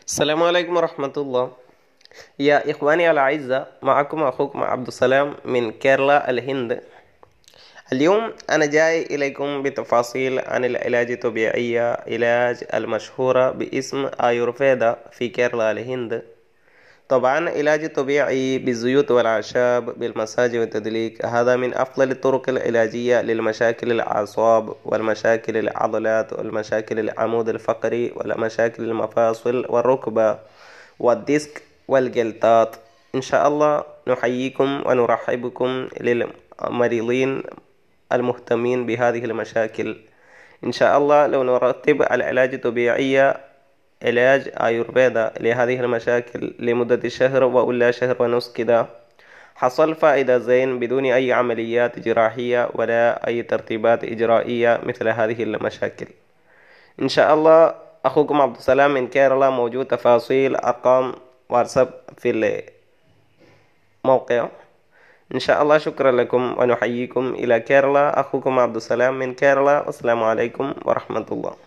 السلام عليكم ورحمة الله. يا إخواني الأعزاء، معكم أخوكم عبد السلام من كيرلا الهند. اليوم أنا جاي إليكم بتفاصيل عن العلاج الطبيعي، علاج المشهورة باسم آيورفيدا في كيرلا الهند. طبعا العلاج الطبيعي بالزيوت والأعشاب بالمساج والتدليك هذا من أفضل الطرق العلاجية للمشاكل الأعصاب والمشاكل العضلات والمشاكل العمود الفقري والمشاكل المفاصل والركبة والديسك والجلطات. إن شاء الله نحييكم ونرحبكم للمريضين المهتمين بهذه المشاكل. إن شاء الله لو نرتب العلاج الطبيعي، علاج آيورفيدا لهذه المشاكل لمدة شهر ولا شهر ونص كده، حصل فائدة زين بدون أي عمليات جراحية ولا أي ترتيبات إجرائية مثل هذه المشاكل. إن شاء الله أخوكم عبد السلام من كيرلا، موجود تفاصيل أرقام واتساب في الموقع. إن شاء الله شكرا لكم ونحييكم إلى كيرلا. أخوكم عبد السلام من كيرلا، والسلام عليكم ورحمة الله.